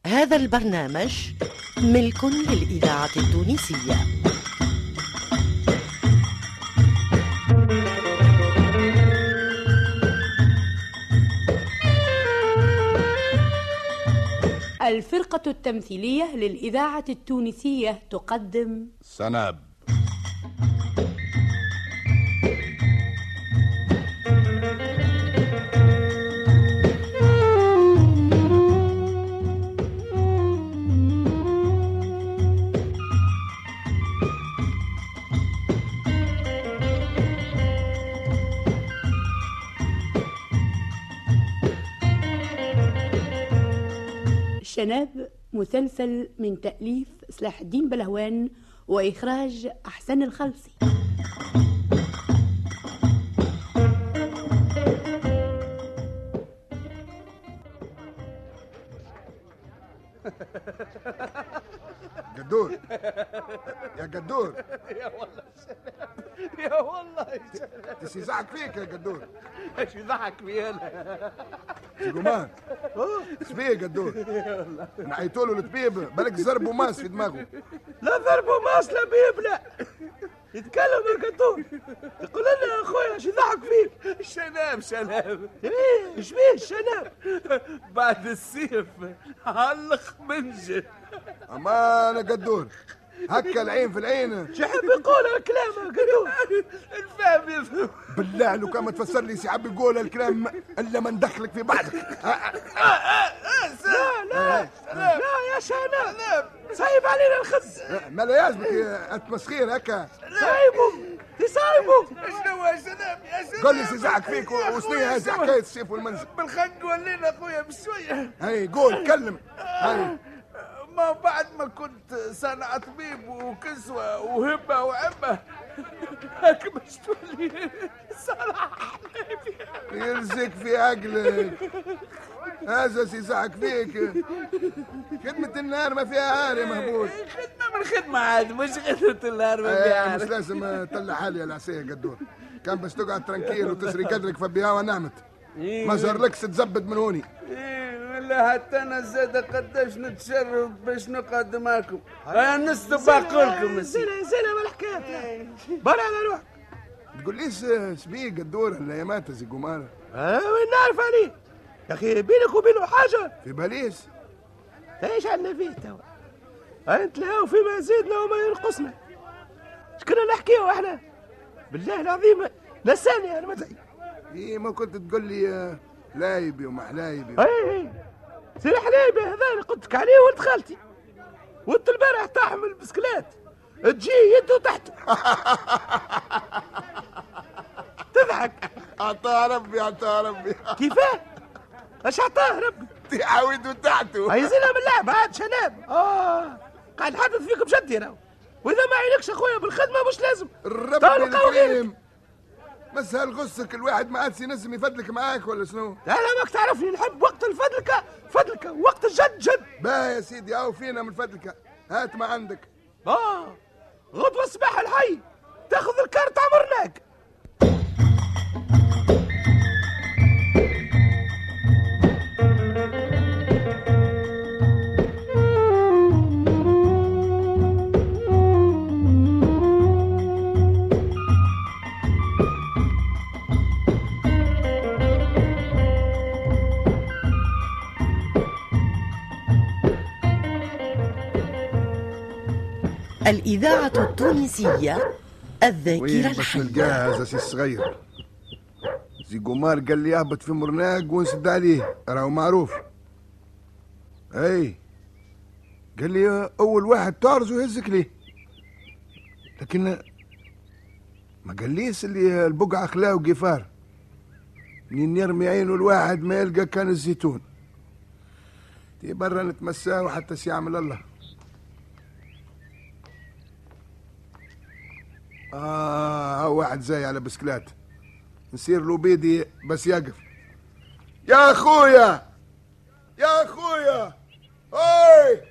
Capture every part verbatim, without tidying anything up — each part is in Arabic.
هذا البرنامج ملك للإذاعة التونسية. الفرقة التمثيلية للإذاعة التونسية تقدم سناب. شناب مسلسل من تأليف صلاح الدين بلهوان وإخراج أحسن الخلصي. قدور يا قدور يا والله السلام، يا والله السلام. ايش يزعق فيك يا قدور؟ ايش يضحك فيا انا؟ جمان ايش فيه يا قدور؟ نعيتوا له الطبيب بالك ضربوا ماس في دماغه. لا ضربوا ماس لا بيب لا يتكلم القدور، يقول لنا يا اخويا ايش يضحك فيك؟ الشناب شناب ايه ايش فيه الشناب؟ بعد السيف علق منجل. امان يا قدور هكا العين في العين. شحب يقول الكلام يا قدور؟ الفهم يفهم. بالله لو كان ما تفسر لي سي عبد يقول الكلام الا ما ندخلك في بعضك. لا لا لا يا شناب سايب علينا الخز. ما لا يعجبك التمسخير هكا؟ سايبه سايبه. شنو يا شناب يا شناب؟ قول لي سي زعق فيك وشنو هذه حكايه السيف والمنزل؟ بالخنق ولينا اخويا بشويه. هاي قول كلم. هاي ما بعد ما كنت صنع طبيب وكسوة وهبة وعبة اكمشتوا لي صلاح يرزق في عقلك. هذا سيزعق فيك. خدمة النهار ما فيها عار يا مهبول. خدمة من خدمة عاد مش خدمة النهار ما فيها عار. مش لازم تطلع حالي العسية قدور. كان بس تقعد ترنكيل وتسري قدرك فبيها ونعمت. ما زرلكش تزبد من هوني. لا حتى انا زاد قداش نتشرف باش نقعد معكم. انا نسلب عقولكم. زينة زينة بالحكاية. برا على روحك. تقول ليش سبيق الدور الايامات زي قمارة؟ اه وين نعرف عليه يا اخي، بينك وبينه حاجة في باليس. ايش عندنا فيه توا؟ انت له فيما يزيدنا وما ينقصنا. اش كنا نحكيو احنا؟ بالله العظيم نساني انا متعي. ايه ما كنت تقول لي لايبي وما حلايبي. اي اي سي حلايبي هذا اللي قلتك عليه ولد خالتي. وانت البارح تحمل البسكلات تجي يده تحت تضحك. عطاه ربي عطاه ربي. كيفاه؟ اش عطاه ربي؟ تعاودوا تحته. عايزينها من اللعب عاد شناب. اه قاعد حادث فيك بجد انا. واذا ما عينكش اخويا بالخدمه مش لازم. ربي الكريم بس هالغصك الواحد ما عاد ينزم يفدلك معاك ولا شنو؟ لا لا ماك تعرفني نحب وقت الفدلكه فدلكه وقت الجد جد. با يا سيدي او فينا من الفدلكه. هات ما عندك. اه غدوه الصباح الحي تاخذ الكارت عمرناك. الإذاعة التونسية الذاكرة الحية. الجاهز سي الصغير زي قمار قال لي اهبط في مرناق ونسد عليه راهو معروف. اي قال لي اول واحد تعرض ويهزك ليه، لكن ما قاليش اللي البقعة خلاو قفار منين يرمي عينه الواحد ما يلقى كان الزيتون. تي برا نتمساه وحتى سيعمل الله. آه واحد زي على بسكلات نصير له بيدي بس يقف. يا أخويا يا أخويا أوي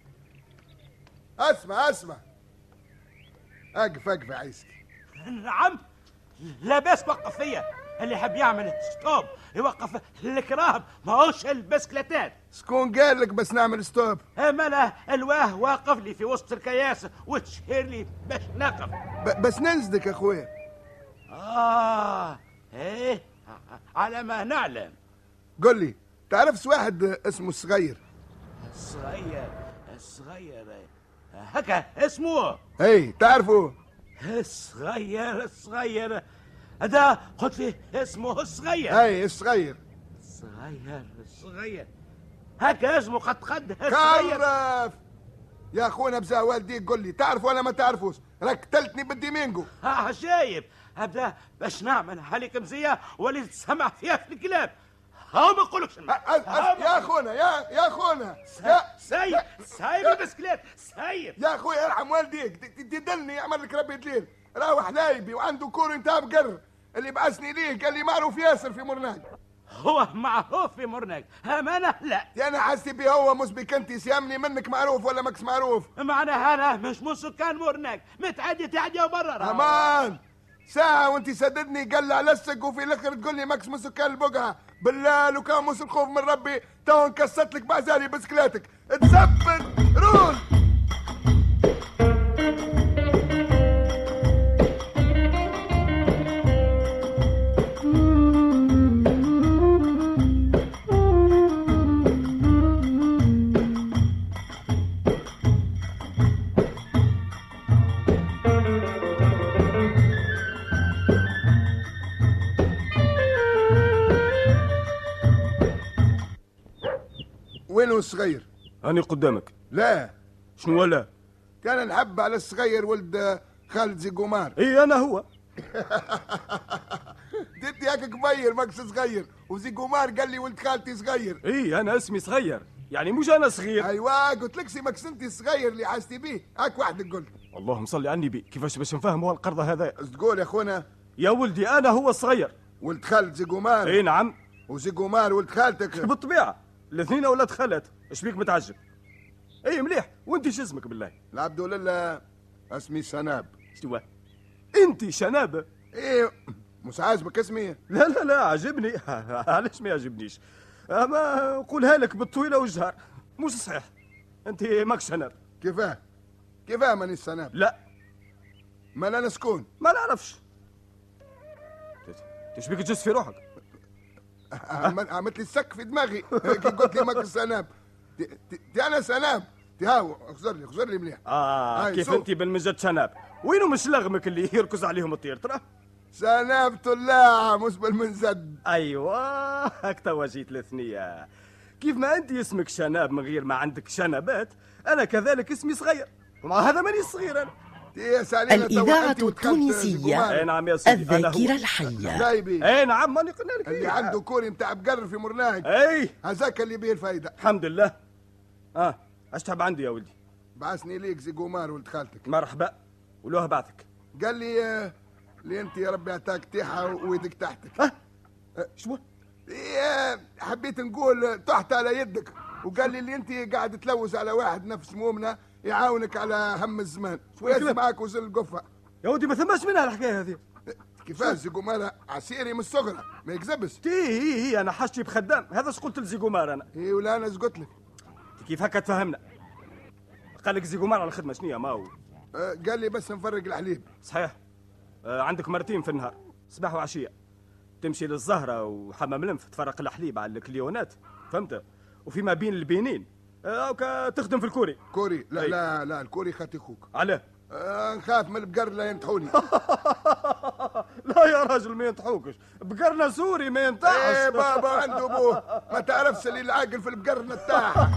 أسمع أسمع أقف أقف يا عيسى. نعم لا باس وقف فيا. اللي يحب يعمل ستوب يوقف الكراب ماهوش البسكليتات. شكون قال لك بس نعمل ستوب؟ اما الواه واقف لي في وسط الكياس وتشهر لي باش نقف. ب... بس ننزدك اخويا. اه ايه على ما نعلم. قل لي تعرفش واحد اسمه الصغير؟ الصغير الصغير هكا اسمه؟ اي تعرفه؟ الصغير الصغير هذا قلت لي اسمه الصغير. اي الصغير الصغير الصغير هكا اسمه قد قد كرف يا اخونا بزا والديك. قل لي تعرف ولا ما تعرفوش؟ راك قتلتني بالديمينجو. ها شايب ابدا باش نعمل عليك مزيه واللي تسمع فيها في الكلاب. ها ما نقولكش يا اخونا يا يا اخونا سايب سايب البسكليت سايب يا اخويا ارحم والديك. تدلني يعمل لك ربي دليل. راهو حلايبي وعنده كور نتاع بقر اللي بعثني ليه قال لي معروف ياسر في مرناق. هو معروف في مرناق امانه؟ لا انا حاسي بيه هو مسبك انت سيامني منك معروف ولا ماكس معروف؟ معناها انا مش من سكان مرناق متعدي تعدي وبرا امان ساعة وانت سددني قال على السق وفي الاخر تقول لي ماكس من سكان البقعة. بالله لو كان موس الخوف من ربي تو انكسرت لك بعزالي بسكلاتك. تثبت رول. وينو الصغير؟ أنا قدامك. لا شنو ولا؟ كان نحب على الصغير ولد خالد زي قمار. اي انا هو. ديت ياك كبير ماكس صغير وزي قمار قال لي ولد خالتي صغير. اي انا اسمي صغير يعني مش انا صغير. ايوا قلت لك سي ماكس انت الصغير اللي حاستي بيه. هاك وحدك قلت. اللهم صل على النبي. كيفاش باش نفهموا القرضه هذا؟ تقول يا خونا؟ يا ولدي انا هو الصغير ولد خالد زي قمار. اي نعم. وزي قمار ولد خالتك؟ بالطبيعه الاثنين اولاد خالات. ايش بيك متعجب؟ اي مليح. وانت شو اسمك بالله؟ العبد لله. اسمي شناب. شنو انت شناب؟ ايه مش عاجبك اسمي؟ لا لا لا عجبني. علاش ما يعجبنيش؟ اما قولها لك بالطويله والجهر مش صحيح. انت ماك شناب. كيفاه كيفاه ماني شناب؟ لا ما انا شكون؟ ما نعرفش. ايش بيك تجس في روحك؟ عملت لي السك في دماغي كي قلت لي ماك سناب. تي انا سناب. تي هاو اخزر لي اخزر لي مليح. اه كيف انت بالمجد شناب؟ وينو مش لغمك اللي يركز عليهم الطير ترى؟ سناب طلاع مش بالمنزد. ايوه هاك توا جيت الثنيه. كيف ما انت اسمك شناب من غير ما عندك شنبات انا كذلك اسمي صغير. ومع هذا ماني صغير انا. الإذاعة التونسية اي نعم يا سيدي. الذاكرة الحية. اي نعم ماني قلنا لك اللي عنده كوري نتاع بقر في مرناق. اي هذاك اللي بيه الفايدة. الحمد لله. اه اش تحب عندي يا ولدي؟ بعثني ليك زي قمار ولد خالتك. مرحبا. ولوه بعثك؟ قال لي آه اللي انت يا ربي عطاك تيحة ويدك تحتك. اه, آه شو؟ إيه حبيت نقول تحت على يدك. وقال لي اللي انت قاعد تلوث على واحد نفس مؤمنة يعاونك على هم الزمان. شويه معاك وزل القفة يا ودي. ما ثماش منها الحكايه هذه. كيفاش زي قمارة عسيري من الصغرى ما يكذبش. تي هي هي انا حاجتي بخدام. هذا اش قلت لزي قمار انا. اي ولا انا اش قلت لك؟ كيف هكا تفهمنا؟ قال لك زي قمار على الخدمه شنو ما هو؟ آه قال لي بس نفرق الحليب. صحيح. آه عندك مرتين في النهار صباح وعشيه. تمشي للزهره وحمام الانف تفرق الحليب على الكليونات فهمت؟ وفيما بين البينين آه تخدم في الكوري. كوري؟ لا أي. لا لا الكوري خاتي خوك. علاه؟ آه نخاف من البقر لا ينطحوني. لا يا راجل ما ينطحوكش. بقرنا سوري ما ينطحش. ايه بابا عنده ابوه ما تعرفش اللي العاقل في البقر نتاح.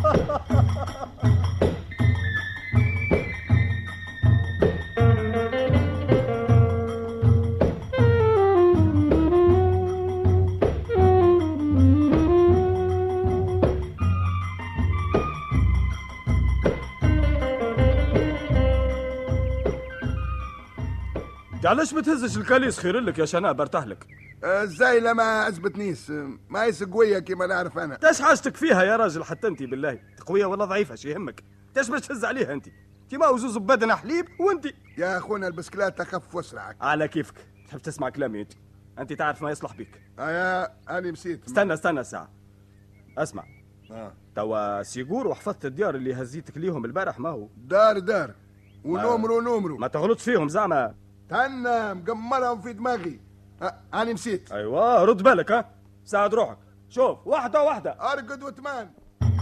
علاش ما تهزش الكاليس خير لك يا شناب ارتاح لك. ازاي لا ما عجبتنيش ما هيش قويه كيما نعرف انا. تاش حاجتك فيها يا راجل حتى انت بالله قويه ولا ضعيفه شي يهمك؟ تاش باش تهز عليها انت؟ انت ما وزوز ببدن حليب وانت يا اخونا البسكلات اخف واسرعك. على كيفك. تحب تسمع كلامي انت؟ انت تعرف ما يصلح بك. ايا انا نسيت. استنى استنى ساعه، اسمع. اه توا سيقور وحفظت الديار اللي هزيتك ليهم البارح ما هو دار دار ونمرو نمرو ما تغلطش فيهم زعما. تنا مقمرهم في دماغي. أه انا نسيت. ايوه رد بالك. ها ساعد روحك. شوف واحده واحده ارقد وتمان.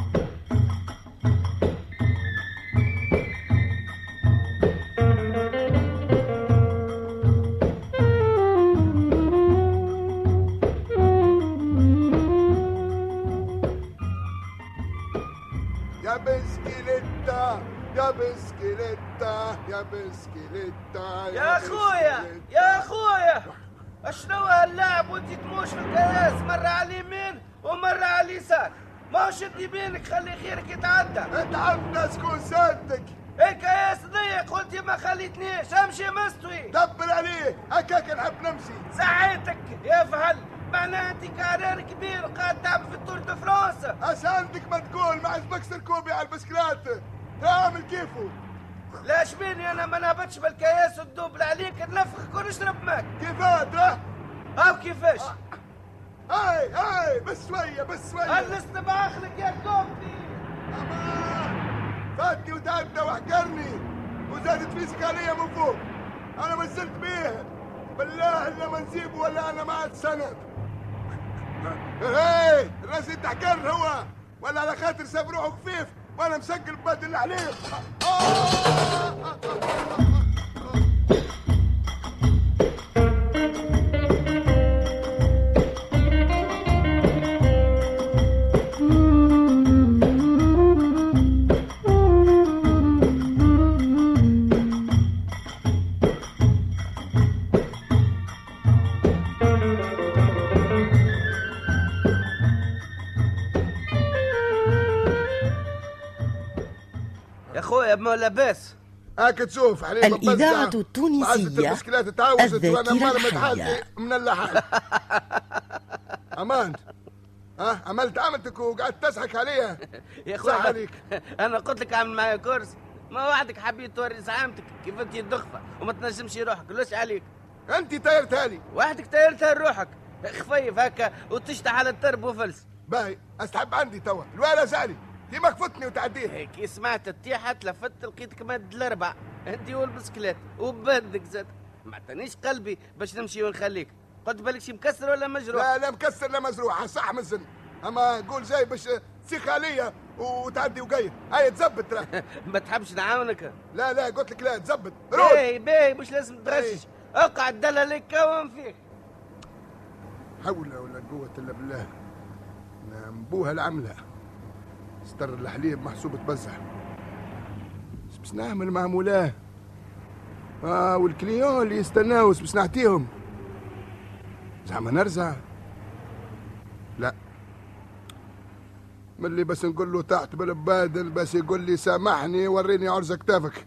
يا بسكيليتا يا بسكيليتا يا بسكيليتا يا اخويا يا اخويا اشنو هاللعب وانت تموش في الكياس مرة على اليمين ومرة على اليسار؟ ما هو شد يمينك خلي خيرك يتعدى. اتعبنا شكون سادك؟ الكياس ضيق قلت ما خليتنيش امشي مستوي. دبر عليه هكاك نحب نمشي. ساعتك يا فهل معناها انت كارير كبير وقاعد تعمل في التور دو فرنسا. اساندك ما تقول ما عجبكش ركوبي على البسكلات تعمل كيفه. لا شبيني انا ما نهبطش بالكياس وتدوبل عليك نفخك ونشرب ماك. كيفاه ترى؟ او كيفاش؟ هاي هاي بس شويه بس شويه. خلصت باخلك يا كوبي. امان فاتني وتعدى وحقرني وزادت فيسك عليا من فوق. انا ما زلت بيه بالله الا ما نسيبه ولا انا ما عاد سند. هاي الناس انت حقر هو ولا على خاطر ساب روحه خفيف وانا مسجل ببدل عليه. يا ما لاباس هاك تشوف عليه الإذاعة التونسية الذاكرة الحية من اللحال. أمان ها عملت عملتك وقعدت تضحك عليها يا اخويا عليك. انا قلت لك اعمل معايا كورس ما وحدك حبيت توري زعامتك كيف انت الدخفه وما تنجمش روحك لوش عليك انت طيرتها لي وحدك طيرتها لروحك خفيف هكا وتشتح على الترب وفلس باهي استحب عندي توا الوالد زعلي كيما كفتني وتعديه كي سمعت التيحة تلفت لقيتك مد الاربع انت والبسكليت وبدك زاد ما عطانيش قلبي باش نمشي ونخليك قلت بالك شي مكسر ولا مجروح لا لا مكسر لا مجروح صح مزن اما قول جاي باش تسيخ عليا وتعدي وقايد هاي تزبط ترى ما تحبش نعاونك لا لا قلت لك لا تزبط روح باهي باهي مش لازم تغشش اقعد دلها لك كون فيك حول ولا قوة الا بالله نبوها العملة استر الحليب محسوب تبزح باش نعمل مع مولاه اه والكليون اللي يستناو باش نعطيهم زعما نرزع لا ملي بس نقول له تحت بالبادل بس يقول لي سامحني وريني عرز كتافك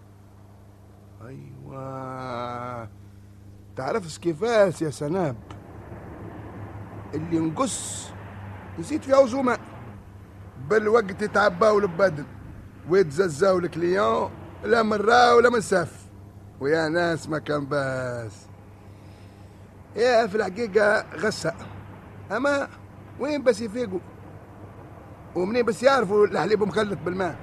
ايوه تعرفش كيفاش يا سناب اللي نقص نسيت في عزومه بالوقت يتعباو البدن ويتززاو الكليون لا من را ولا من سف ويا ناس ما كان باس يا في الحقيقة غسة أما وين بس يفيقوا ومنين بس يعرفوا الحليب مخلط بالماء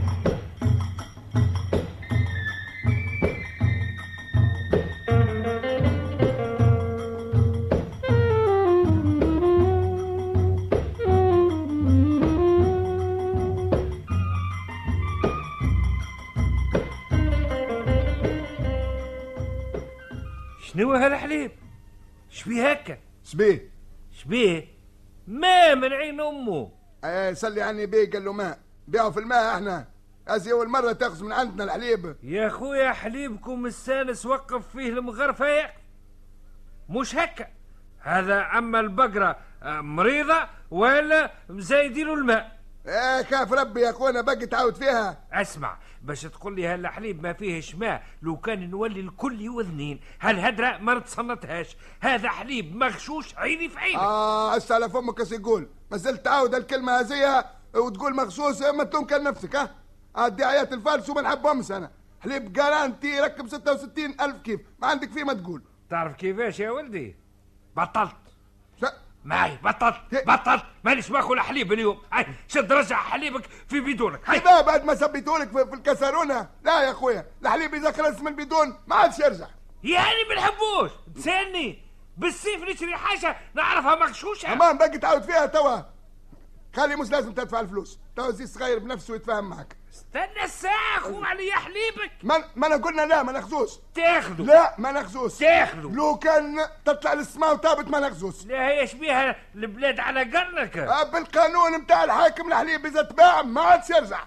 شنو هالحليب؟ شبيه هكا؟ شبيه؟ شبيه؟ ماء من عين امه. ايه سلي عني بيه قال له ماء، بيعوا في الماء احنا، هذه اول مرة تاخذ من عندنا الحليب. يا خويا حليبكم السانس وقف فيه المغرفة يقف. مش هكا. هذا اما البقرة مريضة ولا مزايدين الماء. ايه كاف ربي يا اخوانا باقي تعاود فيها. اسمع باش تقول لي هالحليب ما فيهش ماء لو كان نولي الكل يوذنين هالهدرة ما نتصنتهاش. هذا حليب مغشوش عيني في عيني. اه هسه على فمك اش يقول ما زلت تعاود الكلمة هذه وتقول مغشوش ما تنكر نفسك. ها الدعايات الفالس وما نحبهمش انا. حليب جارانتي ركب ستة وستين ألف كيف ما عندك فيه ما تقول. تعرف كيفاش يا ولدي؟ بطلت لا معي بطلت بطلت مانيش باكل حليب اليوم. هاي شد رجع حليبك في بيدونك. هاي لا بعد ما سبيتولك في, في الكسرونه. لا يا اخويا الحليب اذا خلص من البيدون ما عادش يرجع. يعني ما نحبوش تسالني بالسيف نشري حاجه نعرفها مغشوشه. امان باقي تعاود فيها توا. خلي مش لازم تدفع الفلوس توا زي صغير بنفسه يتفاهم معك. استنى الساعه خو علي حليبك. ما ما انا قلنا لا ما ناخذوش. تاخذوا لا ما ناخذوش. تاخذوا لو كان تطلع للسماء وتابت ما ناخذوش. لا هي شبيها البلاد على قرنك. آه بالقانون نتاع الحاكم الحليب اذا تباع ما عادش يرجع.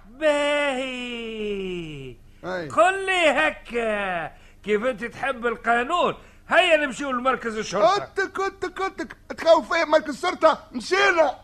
باهي أي. قل لي هكا كيف انت تحب القانون. هيا نمشيو لمركز الشرطه. كنتك كنتك كنتك تخوف فيه مركز الشرطه. مشينا.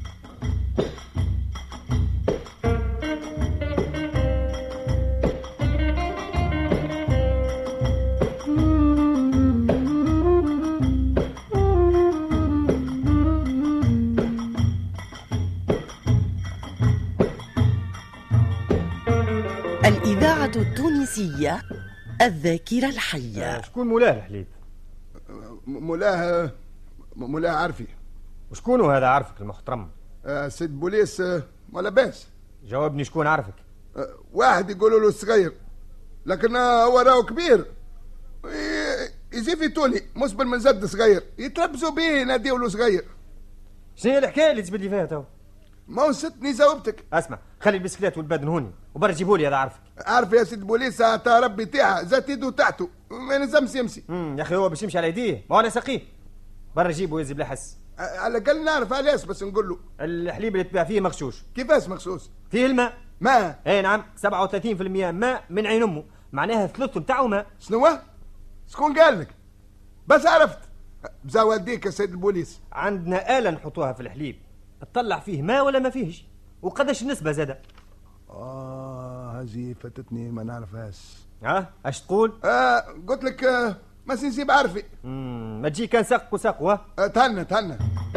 الإذاعة التونسية الذاكرة الحية. شكون مولاه الحليب؟ مولاه مولاه عارفي. وشكون هذا عارفك المحترم؟ آه سيد بوليس آه ولا باس. جاوبني شكون عارفك؟ آه واحد يقولوا له صغير لكن هو راهو كبير يجي في تولي مسبل من زد صغير يتلبسوا به يناديوا له صغير. شنو هي الحكايه اللي تجبد لي فيها تو؟ ما وصلتني جاوبتك. اسمع خلي البسكليت والبدن هوني وبرا جيبوا لي هذا عارفك. عارف يا سيد بوليس عطا ربي تاعها زاد يدو تحته ما يلزمش يمشي. امم يا اخي هو باش يمشي على يديه ما انا سقيه. برا جيبوا يزي بلا حس. على الاقل نعرف علاش بس نقول له. الحليب اللي تباع فيه مغشوش. كيفاش مغشوش؟ فيه الماء. ماء؟ اي نعم سبعة وثلاثين بالمئة ماء من عين امه معناها ثلث نتاعو ماء. شنو؟ شكون قال لك؟ بس عرفت بزاوديك يا سيد البوليس. عندنا آلة نحطوها في الحليب تطلع فيه ماء ولا ما فيهش وقداش النسبة زادة. اه هذه فاتتني ما نعرفهاش. ها اش تقول؟ آه قلت لك آه ما سنسيب عارفي. امم ما تجي كان ساق وساق ها. آه تهنى تهنى.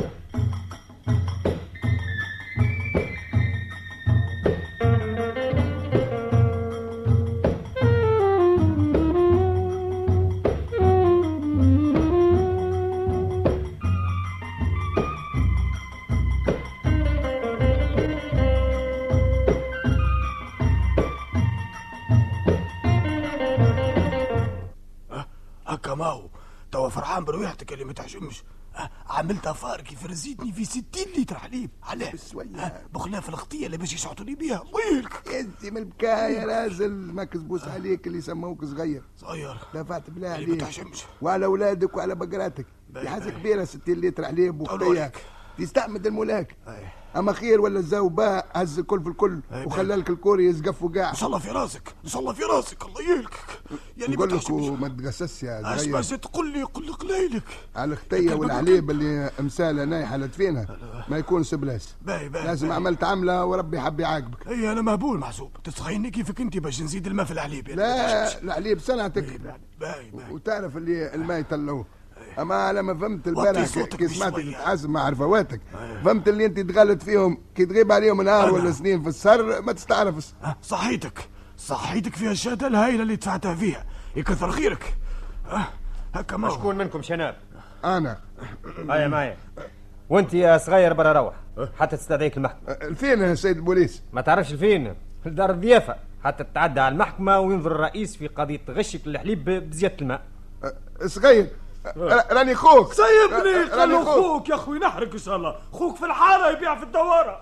ماهو توا فرحان برويحتك اللي ما تحشمش. عملتها فاركي فرزيتني في ستين لتر حليب. علاه بخلاف الخطيه اللي باش يشعطوني بيها. ويلك انت من البكايه رازل ما كذبوش عليك اللي سموك صغير صغير دفعت بلا عليك ما تحشمش وعلى اولادك وعلى بقراتك. دي حاجه كبيره ستين لتر حليب وخطيه تستعمد الملاك. اما خير ولا الزوباء هز الكل في الكل وخلالك الكوري يزقفوا كاع. ان شاء الله في راسك ان شاء الله في راسك الله يهلكك. يعني نقول لك وما تقسسش يا صغير. اش تقول لي قل لك قليلك على الختيه والحليب اللي امساله نايحه لدفينها ما يكونش بلاس. باي باي لازم باي. عملت عمله وربي حب يعاقبك. اي انا مهبول محسوب تسخيني كيفك انت باش نزيد الماء في الحليب. يعني لا الحليب سنتك. باي باي. وتعرف اللي الماء يطلعوه. اما لما فهمت البارح كي سمعتك تتحاسب مع عرفواتك فهمت اللي انت تغلط فيهم كي تغيب عليهم نهار ولا سنين في السر ما تستعرفش. صحيتك صحيتك فيها الشهاده الهائله اللي دفعتها فيها يكثر خيرك. هكا ما شكون منكم شناب؟ انا. هيا معايا وانت يا صغير برا روح حتى تستدعيك المحكمه. الفين يا سيد البوليس؟ ما تعرفش الفين في دار الضيافه حتى تتعدى على المحكمه وينظر الرئيس في قضيه غشك للحليب بزياده الماء. صغير راني خوك سيبني قالوا خوك يا اخوي نحرق ان شاء الله. خوك في الحاره يبيع في الدواره.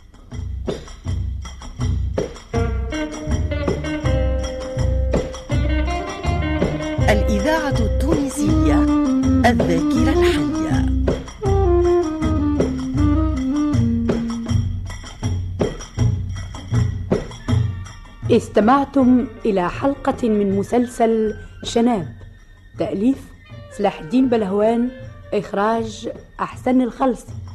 الإذاعة التونسية الذاكرة الحية. استمعتم إلى حلقة من مسلسل شناب، تأليف سلاح الدين بلهوان، إخراج أحسن الخلصي.